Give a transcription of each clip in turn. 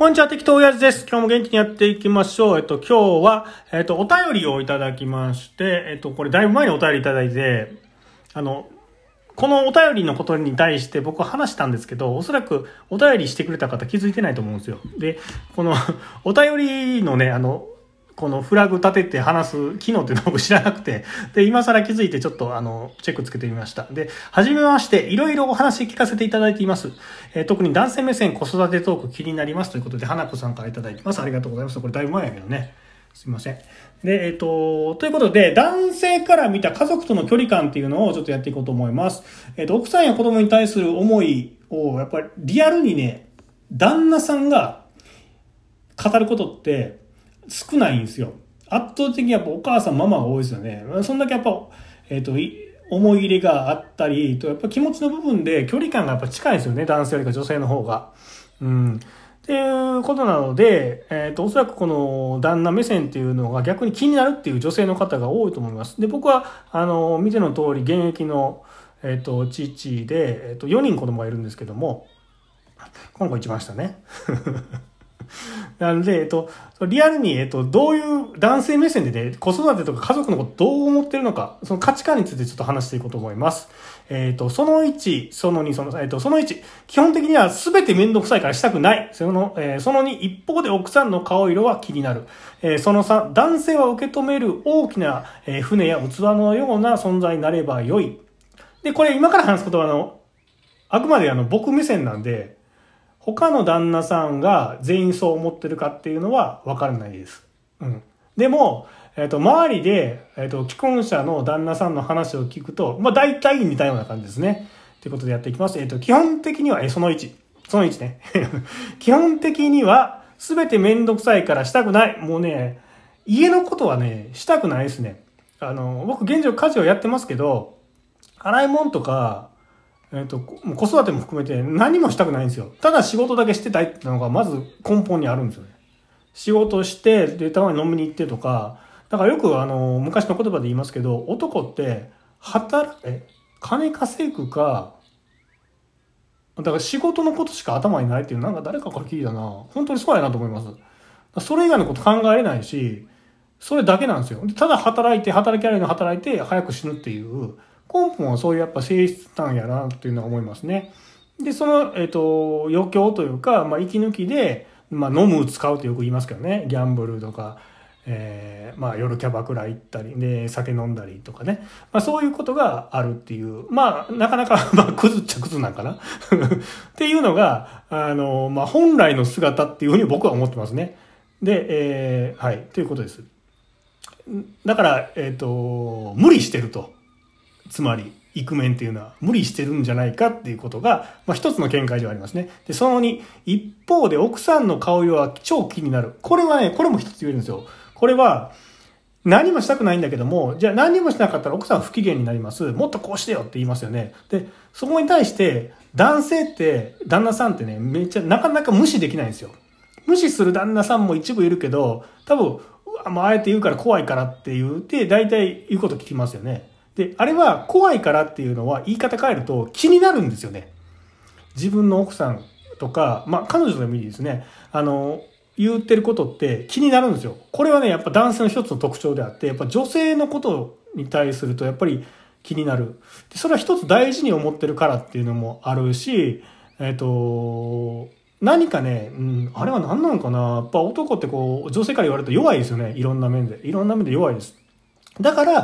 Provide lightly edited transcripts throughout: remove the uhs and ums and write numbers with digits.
こんにちは、適当親父です。今日も元気にやっていきましょう。今日は、お便りをいただきまして、これだいぶ前にお便りいただいて、このお便りのことに対して僕は話したんですけど、おそらくお便りしてくれた方気づいてないと思うんですよ。で、このお便りのね、このフラグ立てて話す機能っていうのを僕知らなくて、で、今更気づいてちょっとチェックつけてみました。で、はじめまして、いろいろお話聞かせていただいています。特に男性目線子育てトーク気になりますということで、花子さんからいただいてます。ありがとうございます。これだいぶ前やけどね。すいません。で、ということで、男性から見た家族との距離感っていうのをちょっとやっていこうと思います。奥さんや子供に対する思いを、やっぱりリアルにね、旦那さんが語ることって、少ないんですよ。圧倒的にやっぱお母さんママが多いですよね。そんだけやっぱ、思い入れがあったりと、やっぱ気持ちの部分で距離感がやっぱ近いですよね。男性よりか女性の方が。っていうことなので、おそらくこの旦那目線っていうのが逆に気になるっていう女性の方が多いと思います。で、僕は、見ての通り現役の、父で、4人子供がいるんですけども、この子一番下ね。なので、リアルに、どういう男性目線でね、子育てとか家族のことどう思ってるのか、その価値観についてちょっと話していこうと思います。その1、その2、その1、基本的には全てめんどくさいからしたくない。その2、一方で奥さんの顔色は気になる。その3、男性は受け止める大きな、船や器のような存在になればよい。で、これ今から話すことはあくまで僕目線なんで、他の旦那さんが全員そう思ってるかっていうのは分からないです。でも、周りで、既婚者の旦那さんの話を聞くと、大体似たような感じですね。ということでやっていきます。基本的には、その1ね。基本的には、すべてめんどくさいからしたくない。もうね、家のことはね、したくないですね。僕現状家事をやってますけど、洗い物とか、子育ても含めて何もしたくないんですよ。ただ仕事だけしてたいっていうのがまず根本にあるんですよね。仕事して、で、たまに飲みに行ってとか、だからよく昔の言葉で言いますけど、男って金稼ぐか、だから仕事のことしか頭にないっていう、なんか誰かから聞いたな。本当にそうやなと思います。それ以外のこと考えれないし、それだけなんですよ。ただ働きありの働いて早く死ぬっていう、根本はそういうやっぱ性質なんやなっていうのは思いますね。で、その、余興というか、息抜きで、飲む、使うとよく言いますけどね。ギャンブルとか、夜キャバクラ行ったり、で、酒飲んだりとかね。そういうことがあるっていう、なかなか、クズっちゃクズなんかなっていうのが、本来の姿っていうふうに僕は思ってますね。で、はい、ということです。だから、無理してると。つまり、イクメンっていうのは無理してるんじゃないかっていうことが、一つの見解ではありますね。で、その2、一方で奥さんの顔色は超気になる。これはね、これも一つ言えるんですよ。これは、何もしたくないんだけども、じゃあ何もしなかったら奥さんは不機嫌になります。もっとこうしてよって言いますよね。で、そこに対して、旦那さんってね、なかなか無視できないんですよ。無視する旦那さんも一部いるけど、多分、あえて言うから怖いからって言って、大体言うこと聞きますよね。で、あれは怖いからっていうのは言い方変えると気になるんですよね。自分の奥さんとか、彼女でもいいですね。言ってることって気になるんですよ。これはね、やっぱ男性の一つの特徴であって、やっぱ女性のことに対するとやっぱり気になる。で、それは一つ大事に思ってるからっていうのもあるし、何かね、あれは何なのかな。やっぱ男ってこう、女性から言われると弱いですよね。いろんな面で弱いです。だから、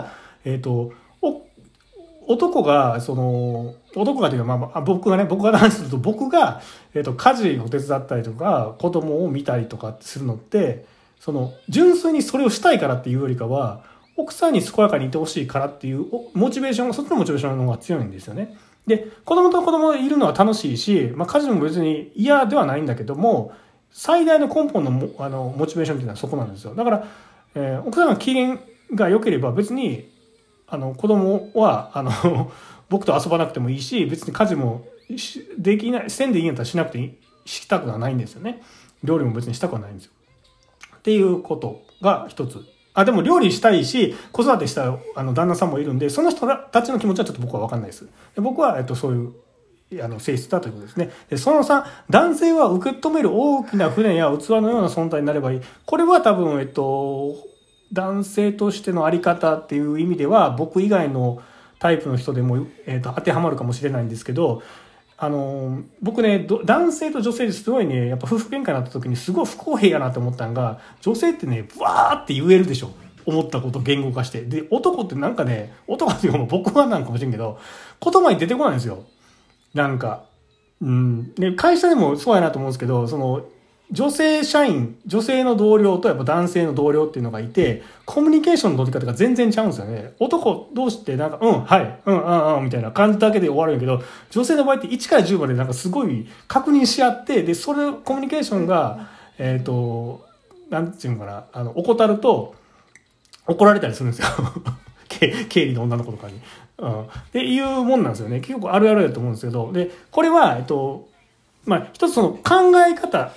男がというか、僕が話すると、僕が、家事を手伝ったりとか、子供を見たりとかするのって、純粋にそれをしたいからっていうよりかは、奥さんに健やかにいてほしいからっていう、モチベーション、そっちのモチベーションの方が強いんですよね。で、子供いるのは楽しいし、家事も別に嫌ではないんだけども、最大の根本のモチベーションっていうのはそこなんですよ。だから、奥さんが機嫌が良ければ別に、子供は、僕と遊ばなくてもいいし、別に家事もできない、せんでいいんやったらしなくていい、したくはないんですよね。料理も別にしたくはないんですよ。っていうことが一つ。でも料理したいし、子育てした旦那さんもいるんで、その人たちの気持ちはちょっと僕は分かんないです。で僕は、そういう性質だということですね。でその3、男性は受け止める大きな船や器のような存在になればいい。これは多分、男性としてのあり方っていう意味では、僕以外のタイプの人でも、当てはまるかもしれないんですけど、僕ね、男性と女性ですごいね、やっぱ夫婦喧嘩になった時にすごい不公平やなと思ったのが、女性ってね、ブワーって言えるでしょ。思ったことを言語化して。で、男ってなんかね、男っていうかもう僕はなんかもしれんけど、言葉に出てこないんですよ。なんか。で、会社でもそうやなと思うんですけど、女性社員、女性の同僚とやっぱ男性の同僚っていうのがいて、コミュニケーションの取り方が全然違うんですよね。男同士ってなんか、はい、みたいな感じだけで終わるんやけど、女性の場合って1から10までなんかすごい確認し合って、で、それ、コミュニケーションが、なんていうのかな、怠ると、怒られたりするんですよ。経理の女の子とかに。っていうもんなんですよね。結構あるあるだと思うんですけど、で、これは、一つその考え方、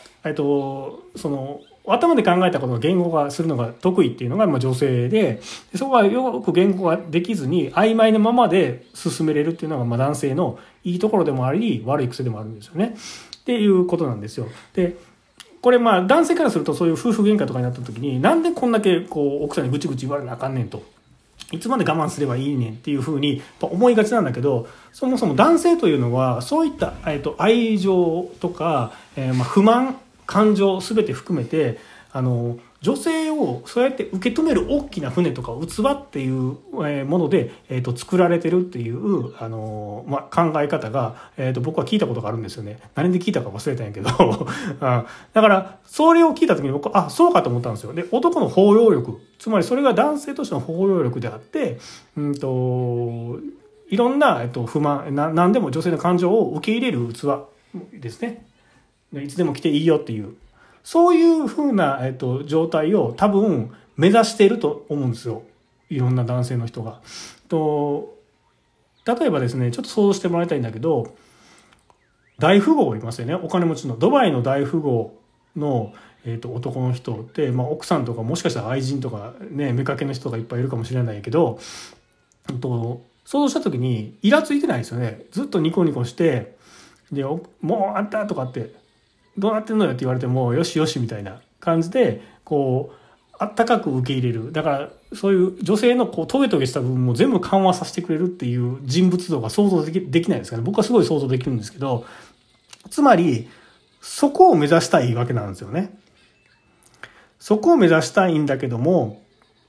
頭で考えたことを言語化するのが得意っていうのが女性で、そこはよく言語化できずに曖昧なままで進めれるっていうのが男性のいいところでもあり、悪い癖でもあるんですよね。っていうことなんですよ。で、これ男性からするとそういう夫婦喧嘩とかになった時に、なんでこんだけ奥さんにぐちぐち言われなあかんねんと。いつまで我慢すればいいねんっていうふうに思いがちなんだけど、そもそも男性というのはそういった、愛情とか、不満、感情すべて含めて、女性をそうやって受け止める大きな船とか器っていうもので、作られてるっていう、考え方が、僕は聞いたことがあるんですよね。何で聞いたか忘れたんやけどだからそれを聞いた時に僕はそうかと思ったんですよ。で、男の包容力、つまりそれが男性としての包容力であって、いろんな、不満何でも女性の感情を受け入れる器ですね。いつでも来ていいよっていう、そういう風な、状態を多分目指していると思うんですよ。いろんな男性の人が。例えばですね、ちょっと想像してもらいたいんだけど、大富豪いますよね。お金持ちのドバイの大富豪の、男の人って、奥さんとかもしかしたら愛人とかね、妾の人がいっぱいいるかもしれないけど、想像した時にイラついてないですよね。ずっとニコニコして、で、もうあんたとかってどうなってんのよって言われてもよしよしみたいな感じであったかく受け入れる。だからそういう女性のトゲトゲした部分も全部緩和させてくれるっていう人物像が想像できないですかね。僕はすごい想像できるんですけど、つまりそこを目指したいわけなんですよね。そこを目指したいんだけども、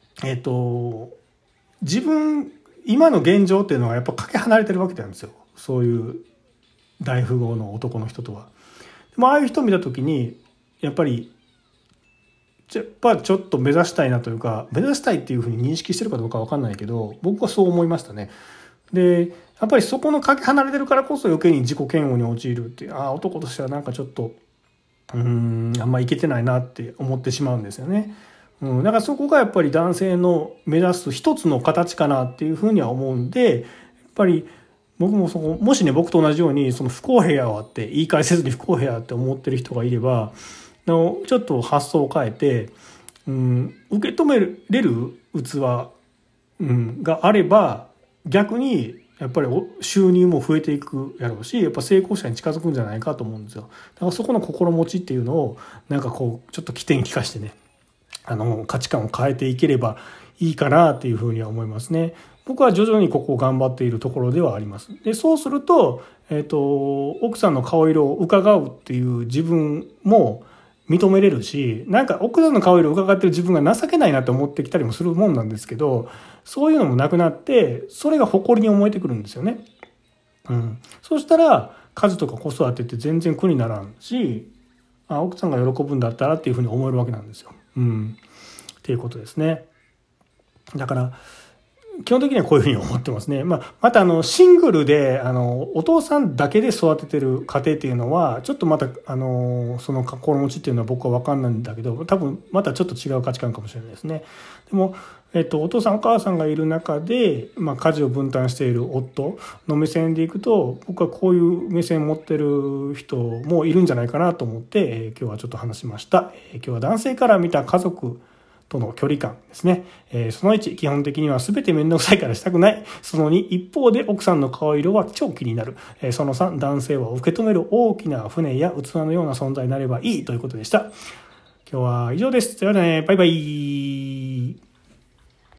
自分今の現状っていうのはやっぱかけ離れてるわけなんですよ。そういう大富豪の男の人とは。でもああいう人を見た時にやっぱりちょっと目指したいなというか、目指したいっていうふうに認識してるかどうか分かんないけど、僕はそう思いましたね。でやっぱりそこのかけ離れてるからこそ余計に自己嫌悪に陥るっていう、男としてはなんかちょっとあんまいけてないなって思ってしまうんですよね。だからそこがやっぱり男性の目指す一つの形かなっていうふうには思うんで、やっぱり僕ももしね、僕と同じようにその不公平やわって言い返せずに不公平やって思ってる人がいれば、ちょっと発想を変えて、受け止めれる器、があれば逆にやっぱり収入も増えていくやろうし、やっぱ成功者に近づくんじゃないかと思うんですよ。だからそこの心持ちっていうのをなんかちょっと起点聞かしてね、価値観を変えていければいいかなっていうふうには思いますね。僕は徐々にここを頑張っているところではあります。で、そうすると、奥さんの顔色を伺うっていう自分も認めれるし、なんか奥さんの顔色を伺ってる自分が情けないなって思ってきたりもするもんなんですけど、そういうのもなくなって、それが誇りに思えてくるんですよね。そうしたら、家事とか子育てって全然苦にならんし、奥さんが喜ぶんだったらっていうふうに思えるわけなんですよ。っていうことですね。だから基本的にはこういうふうに思ってますね。またシングルでお父さんだけで育ててる家庭っていうのはちょっとまたその心持ちっていうのは僕は分かんないんだけど、多分またちょっと違う価値観かもしれないですね。でも、お父さんお母さんがいる中で、家事を分担している夫の目線でいくと、僕はこういう目線を持ってる人もいるんじゃないかなと思って、今日はちょっと話しました。今日は男性から見た家族との距離感ですね。その1、基本的には全てめんどくさいからしたくない。その2、一方で奥さんの顔色は超気になる。その3、男性は受け止める大きな船や器のような存在になればいいということでした。今日は以上です。ではね、バイバイ。